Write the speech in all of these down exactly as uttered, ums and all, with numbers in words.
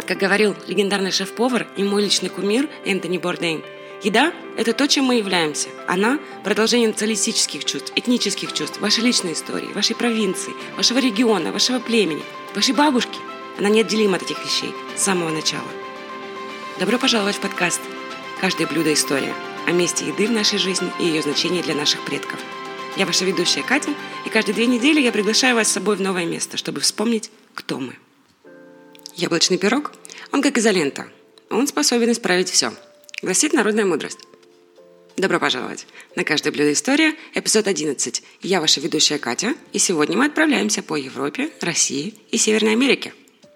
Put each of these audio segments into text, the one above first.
Как говорил легендарный шеф-повар и мой личный кумир Энтони Бордейн, еда – это то, чем мы являемся. Она – продолжение националистических чувств, этнических чувств, вашей личной истории, вашей провинции, вашего региона, вашего племени, вашей бабушки. Она неотделима от этих вещей с самого начала. Добро пожаловать в подкаст «Каждое блюдо – история» о месте еды в нашей жизни и ее значении для наших предков. Я ваша ведущая Катя, и каждые две недели я приглашаю вас с собой в новое место, чтобы вспомнить, кто мы. Яблочный пирог, он как изолента. Он способен исправить все, гласит народная мудрость. Добро пожаловать на «Каждое блюдо. История», эпизод одиннадцать. Я ваша ведущая Катя, и сегодня мы отправляемся по Европе, России и Северной Америке.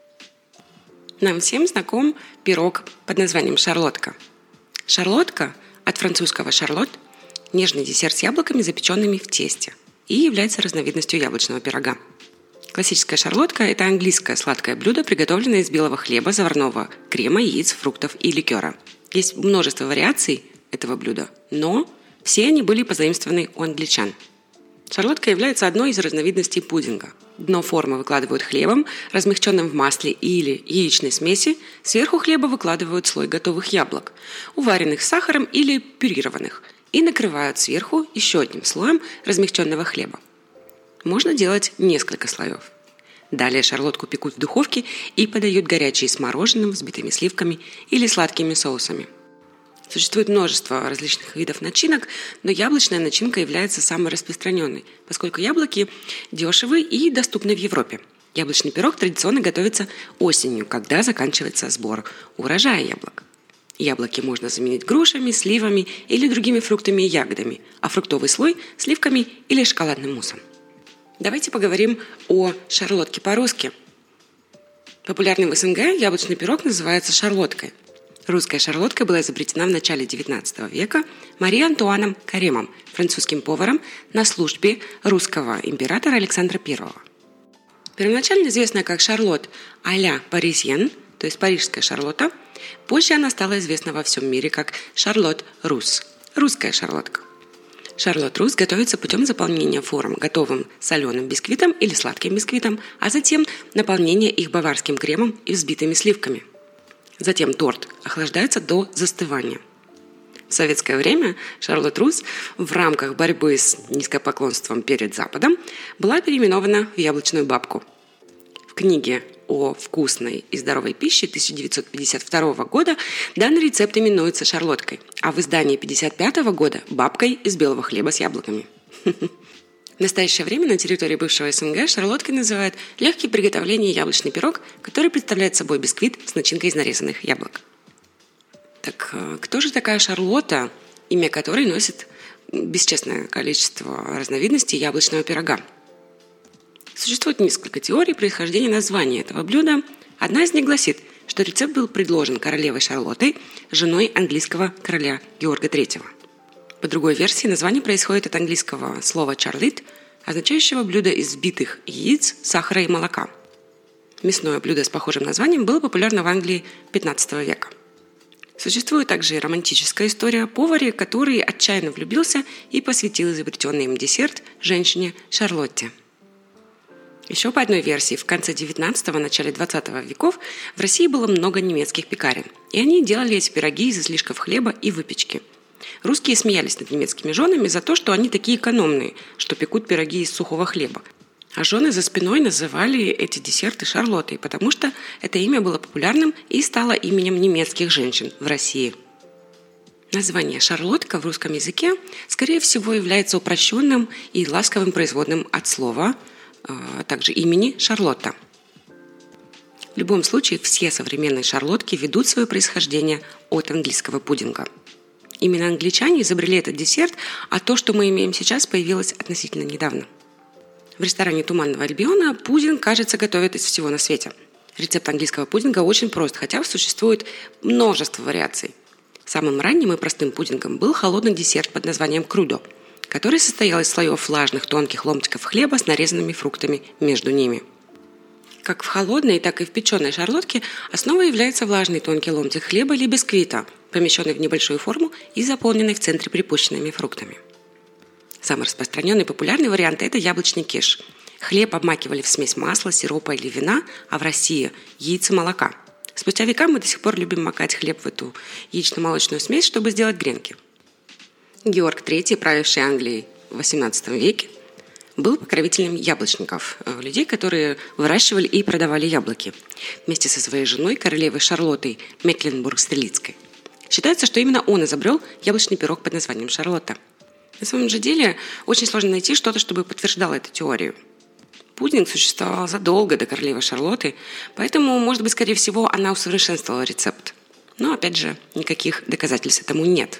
Нам всем знаком пирог под названием шарлотка. Шарлотка от французского «шарлот» – нежный десерт с яблоками, запеченными в тесте, и является разновидностью яблочного пирога. Классическая шарлотка – это английское сладкое блюдо, приготовленное из белого хлеба, заварного крема, яиц, фруктов и ликера. Есть множество вариаций этого блюда, но все они были позаимствованы у англичан. Шарлотка является одной из разновидностей пудинга. Дно формы выкладывают хлебом, размягченным в масле или яичной смеси. Сверху хлеба выкладывают слой готовых яблок, уваренных с сахаром или пюрированных, и накрывают сверху еще одним слоем размягченного хлеба. Можно делать несколько слоев. Далее шарлотку пекут в духовке и подают горячей с мороженым, взбитыми сливками или сладкими соусами. Существует множество различных видов начинок, но яблочная начинка является самой распространенной, поскольку яблоки дешевы и доступны в Европе. Яблочный пирог традиционно готовится осенью, когда заканчивается сбор урожая яблок. Яблоки можно заменить грушами, сливами или другими фруктами и ягодами, а фруктовый слой – сливками или шоколадным муссом. Давайте поговорим о шарлотке по-русски. Популярный в СНГ яблочный пирог называется шарлоткой. Русская шарлотка была изобретена в начале девятнадцатого века Марией Антуаном Каремом, французским поваром на службе русского императора Александра Первого. Первоначально известная как шарлот а-ля паризьен, то есть парижская шарлотта, позже она стала известна во всем мире как шарлот рус, русская шарлотка. Шарлот рус готовится путем заполнения форм готовым соленым бисквитом или сладким бисквитом, а затем наполнения их баварским кремом и взбитыми сливками. Затем торт охлаждается до застывания. В советское время шарлот рус в рамках борьбы с низкопоклонством перед Западом была переименована в яблочную бабку. В книге о вкусной и здоровой пище тысяча девятьсот пятьдесят второго года данный рецепт именуется шарлоткой, а в издании пятьдесят пятого года – бабкой из белого хлеба с яблоками. В настоящее время на территории бывшего СНГ шарлоткой называют легкий приготовление яблочный пирог, который представляет собой бисквит с начинкой из нарезанных яблок. Так кто же такая Шарлотта, имя которой носит бесчетное количество разновидностей яблочного пирога? Существует несколько теорий происхождения названия этого блюда. Одна из них гласит, что рецепт был предложен королевой Шарлоттой, женой английского короля Георга Третьего. По другой версии, название происходит от английского слова «чарлит», означающего блюдо из взбитых яиц, сахара и молока. Мясное блюдо с похожим названием было популярно в Англии пятнадцатого века. Существует также и романтическая история о поваре, который отчаянно влюбился и посвятил изобретенный им десерт женщине Шарлотте. Еще по одной версии, в конце девятнадцатого – начале двадцатого веков в России было много немецких пекарен, и они делали эти пироги из излишков хлеба и выпечки. Русские смеялись над немецкими женами за то, что они такие экономные, что пекут пироги из сухого хлеба. А жены за спиной называли эти десерты шарлоттой, потому что это имя было популярным и стало именем немецких женщин в России. Название «шарлотка» в русском языке, скорее всего, является упрощенным и ласковым производным от слова, а также имени Шарлотта. В любом случае, все современные шарлотки ведут свое происхождение от английского пудинга. Именно англичане изобрели этот десерт, а то, что мы имеем сейчас, появилось относительно недавно. В ресторане «Туманного Альбиона» пудинг, кажется, готовят из всего на свете. Рецепт английского пудинга очень прост, хотя существует множество вариаций. Самым ранним и простым пудингом был холодный десерт под названием крудо, который состоял из слоев влажных тонких ломтиков хлеба с нарезанными фруктами между ними. Как в холодной, так и в печеной шарлотке основой является влажный тонкий ломтик хлеба или бисквита, помещенный в небольшую форму и заполненный в центре припущенными фруктами. Самый распространенный и популярный вариант – это яблочный киш. Хлеб обмакивали в смесь масла, сиропа или вина, а в России – яйца молока. Спустя века мы до сих пор любим макать хлеб в эту яично-молочную смесь, чтобы сделать гренки. Георг третий, правивший Англией в восемнадцатом веке, был покровителем яблочников, людей, которые выращивали и продавали яблоки, вместе со своей женой, королевой Шарлоттой Мекленбург-Стрелицкой. Считается, что именно он изобрел яблочный пирог под названием Шарлотта. На самом же деле очень сложно найти что-то, чтобы подтверждало эту теорию. Пудинг существовал задолго до королевы Шарлотты, поэтому, может быть, скорее всего, она усовершенствовала рецепт. Но, опять же, никаких доказательств этому нет.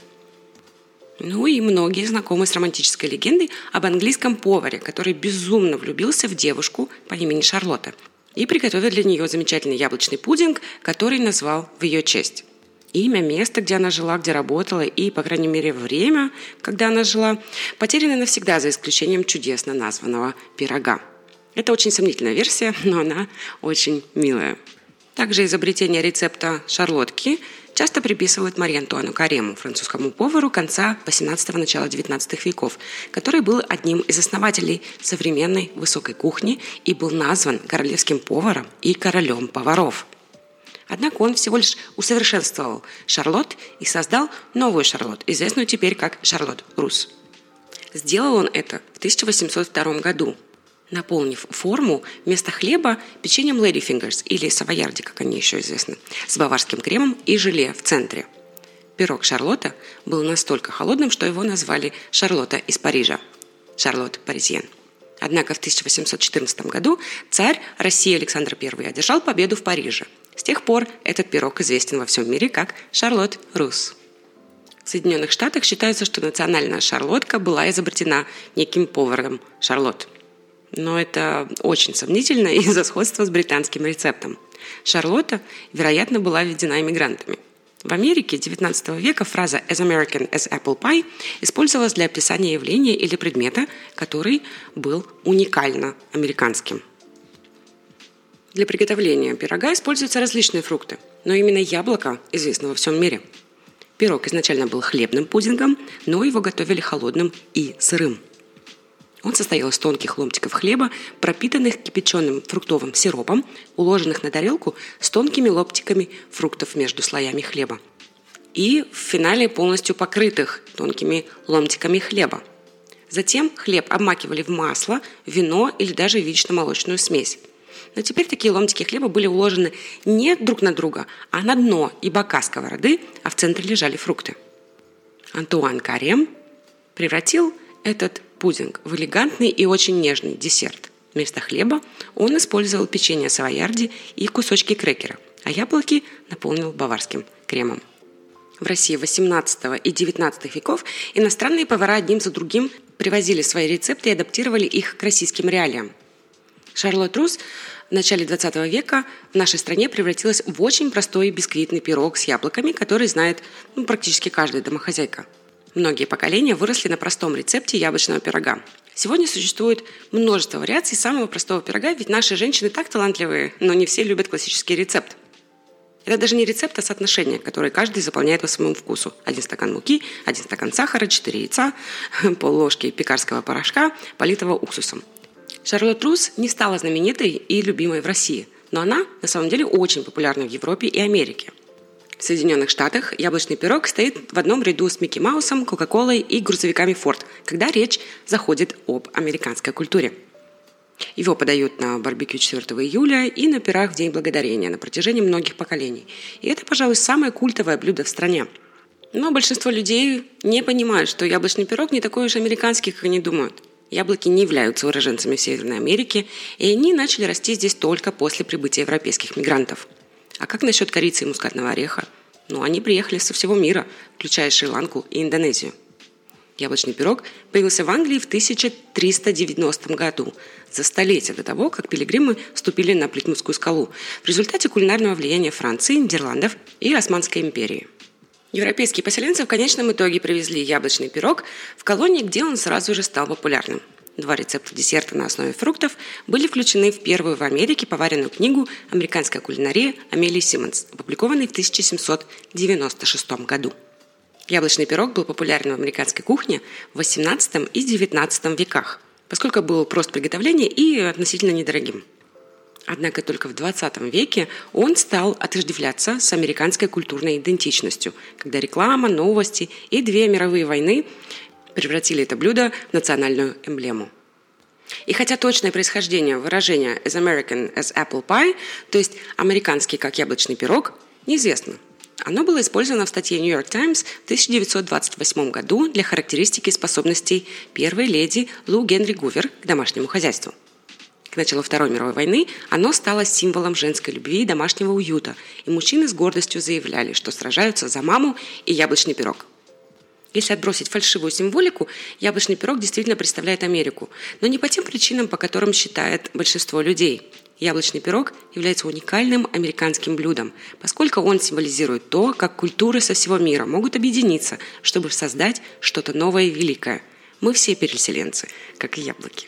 Ну и многие знакомы с романтической легендой об английском поваре, который безумно влюбился в девушку по имени Шарлотта и приготовил для нее замечательный яблочный пудинг, который назвал в ее честь. Имя, место, где она жила, где работала и, по крайней мере, время, когда она жила, потеряны навсегда, за исключением чудесно названного пирога. Это очень сомнительная версия, но она очень милая. Также изобретение рецепта шарлотки часто приписывают Марии Антуану Карему, французскому повару конца восемнадцатого – начала девятнадцатых веков, который был одним из основателей современной высокой кухни и был назван королевским поваром и королем поваров. Однако он всего лишь усовершенствовал шарлотт и создал новую шарлотт, известную теперь как шарлотт Руsse. Сделал он это в тысяча восемьсот втором году, наполнив форму вместо хлеба печеньем Lady Fingers или савоярди, как они еще известны, с баварским кремом и желе в центре. Пирог Шарлотта был настолько холодным, что его назвали Шарлотта из Парижа – Шарлотт Паризьен. Однако в тысяча восемьсот четырнадцатом году царь России Александр Первый одержал победу в Париже. С тех пор этот пирог известен во всем мире как Шарлотт Руsse. В Соединенных Штатах считается, что национальная шарлотка была изобретена неким поваром Шарлотт. Но это очень сомнительно из-за сходства с британским рецептом. Шарлотта, вероятно, была введена иммигрантами. В Америке девятнадцатого века фраза «as American as apple pie» использовалась для описания явления или предмета, который был уникально американским. Для приготовления пирога используются различные фрукты, но именно яблоко известно во всем мире. Пирог изначально был хлебным пудингом, но его готовили холодным и сырым. Он состоял из тонких ломтиков хлеба, пропитанных кипяченым фруктовым сиропом, уложенных на тарелку с тонкими ломтиками фруктов между слоями хлеба. И в финале полностью покрытых тонкими ломтиками хлеба. Затем хлеб обмакивали в масло, вино или даже в яично-молочную смесь. Но теперь такие ломтики хлеба были уложены не друг на друга, а на дно и бока сковороды, а в центре лежали фрукты. Антуан Карем превратил этот пудинг в элегантный и очень нежный десерт. Вместо хлеба он использовал печенье савоярди и кусочки крекера, а яблоки наполнил баварским кремом. В России восемнадцатого и девятнадцатого веков иностранные повара одним за другим привозили свои рецепты и адаптировали их к российским реалиям. Шарлотт Руsse в начале двадцатого века в нашей стране превратилась в очень простой бисквитный пирог с яблоками, который знает ну, практически каждая домохозяйка. Многие поколения выросли на простом рецепте яблочного пирога. Сегодня существует множество вариаций самого простого пирога, ведь наши женщины так талантливые, но не все любят классический рецепт. Это даже не рецепт, а соотношение, которое каждый заполняет по своему вкусу. Один стакан муки, один стакан сахара, четыре яйца, пол-ложки пекарского порошка, политого уксусом. Шарлотт Руsse не стала знаменитой и любимой в России, но она на самом деле очень популярна в Европе и Америке. В Соединенных Штатах яблочный пирог стоит в одном ряду с Микки Маусом, Кока-Колой и грузовиками Форд, когда речь заходит об американской культуре. Его подают на барбекю четвёртого июля и на пирах в День Благодарения на протяжении многих поколений. И это, пожалуй, самое культовое блюдо в стране. Но большинство людей не понимают, что яблочный пирог не такой уж американский, как они думают. Яблоки не являются уроженцами Северной Америки, и они начали расти здесь только после прибытия европейских мигрантов. А как насчет корицы и мускатного ореха? Ну, они приехали со всего мира, включая Шри-Ланку и Индонезию. Яблочный пирог появился в Англии в тысяча триста девяностом году, за столетие до того, как пилигримы вступили на Плитмутскую скалу, в результате кулинарного влияния Франции, Нидерландов и Османской империи. Европейские поселенцы в конечном итоге привезли яблочный пирог в колонии, где он сразу же стал популярным. Два рецепта десерта на основе фруктов были включены в первую в Америке поваренную книгу «Американская кулинария» Амелии Симмонс, опубликованной в тысяча семьсот девяносто шестом году. Яблочный пирог был популярен в американской кухне в восемнадцатом и девятнадцатом веках, поскольку был прост приготовления и относительно недорогим. Однако только в двадцатом веке он стал отождествляться с американской культурной идентичностью, когда реклама, новости и две мировые войны превратили это блюдо в национальную эмблему. И хотя точное происхождение выражения «as American as apple pie», то есть «американский как яблочный пирог», неизвестно. Оно было использовано в статье New York Times в тысяча девятьсот двадцать восьмом году для характеристики способностей первой леди Лу Генри Гувер к домашнему хозяйству. К началу Второй мировой войны оно стало символом женской любви и домашнего уюта, и мужчины с гордостью заявляли, что сражаются за маму и яблочный пирог. Если отбросить фальшивую символику, яблочный пирог действительно представляет Америку, но не по тем причинам, по которым считает большинство людей. Яблочный пирог является уникальным американским блюдом, поскольку он символизирует то, как культуры со всего мира могут объединиться, чтобы создать что-то новое и великое. Мы все переселенцы, как и яблоки.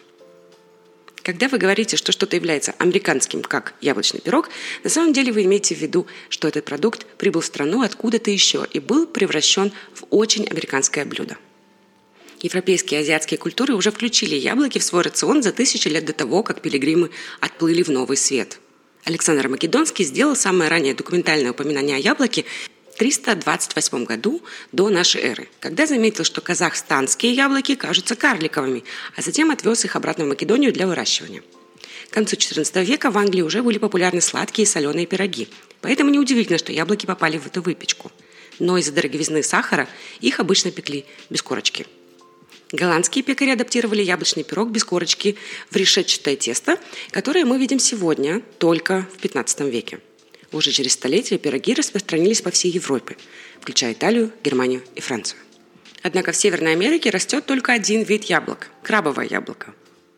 Когда вы говорите, что что-то является американским, как яблочный пирог, на самом деле вы имеете в виду, что этот продукт прибыл в страну откуда-то еще и был превращен в очень американское блюдо. Европейские и азиатские культуры уже включили яблоки в свой рацион за тысячи лет до того, как пилигримы отплыли в Новый Свет. Александр Македонский сделал самое раннее документальное упоминание о яблоке в триста двадцать восьмом году до нашей эры, когда заметил, что казахстанские яблоки кажутся карликовыми, а затем отвез их обратно в Македонию для выращивания. К концу четырнадцатого века в Англии уже были популярны сладкие и соленые пироги, поэтому неудивительно, что яблоки попали в эту выпечку. Но из-за дороговизны сахара их обычно пекли без корочки. Голландские пекари адаптировали яблочный пирог без корочки в решетчатое тесто, которое мы видим сегодня только в пятнадцатом веке. Уже через столетия пироги распространились по всей Европе, включая Италию, Германию и Францию. Однако в Северной Америке растет только один вид яблок – крабовое яблоко.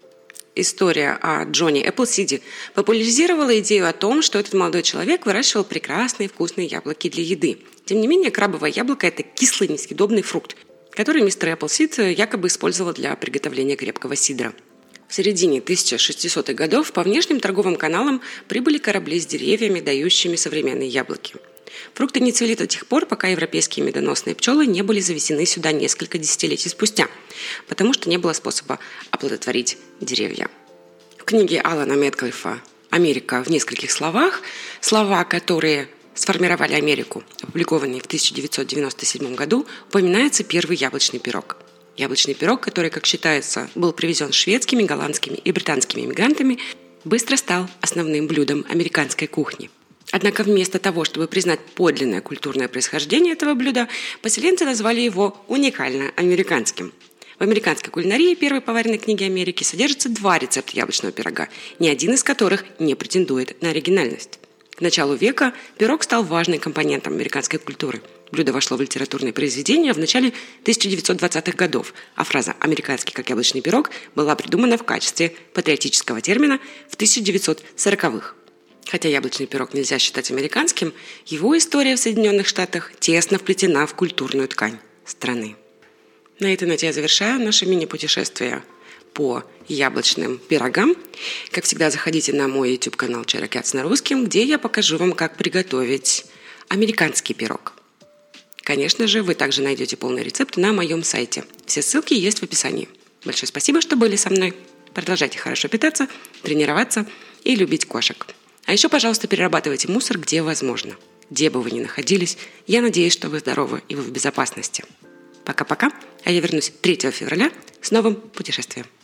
История о Джонни Эпплсиде популяризировала идею о том, что этот молодой человек выращивал прекрасные вкусные яблоки для еды. Тем не менее, крабовое яблоко – это кислый, несъедобный фрукт, который мистер Эпплсид якобы использовал для приготовления крепкого сидра. В середине тысяча шестисотых годов по внешним торговым каналам прибыли корабли с деревьями, дающими современные яблоки. Фрукты не цвели до тех пор, пока европейские медоносные пчелы не были завезены сюда несколько десятилетий спустя, потому что не было способа оплодотворить деревья. В книге Алана Метклифа «Америка в нескольких словах» слова, которые сформировали Америку, опубликованные в тысяча девятьсот девяносто седьмом году, упоминается первый яблочный пирог. Яблочный пирог, который, как считается, был привезен шведскими, голландскими и британскими иммигрантами, быстро стал основным блюдом американской кухни. Однако вместо того, чтобы признать подлинное культурное происхождение этого блюда, поселенцы назвали его уникально американским. В американской кулинарии первой поваренной книги Америки содержится два рецепта яблочного пирога, ни один из которых не претендует на оригинальность. К началу века пирог стал важным компонентом американской культуры. Блюдо вошло в литературные произведения в начале тысяча девятьсот двадцатых годов, а фраза «американский как яблочный пирог» была придумана в качестве патриотического термина в тысяча девятьсот сороковых. Хотя яблочный пирог нельзя считать американским, его история в Соединенных Штатах тесно вплетена в культурную ткань страны. На этой ноте я завершаю наше мини-путешествие по яблочным пирогам. Как всегда, заходите на мой YouTube-канал Чайра Катс на русском, где я покажу вам, как приготовить американский пирог. Конечно же, вы также найдете полный рецепт на моем сайте. Все ссылки есть в описании. Большое спасибо, что были со мной. Продолжайте хорошо питаться, тренироваться и любить кошек. А еще, пожалуйста, перерабатывайте мусор, где возможно. Где бы вы ни находились, я надеюсь, что вы здоровы и вы в безопасности. Пока-пока, а я вернусь третьего февраля с новым путешествием.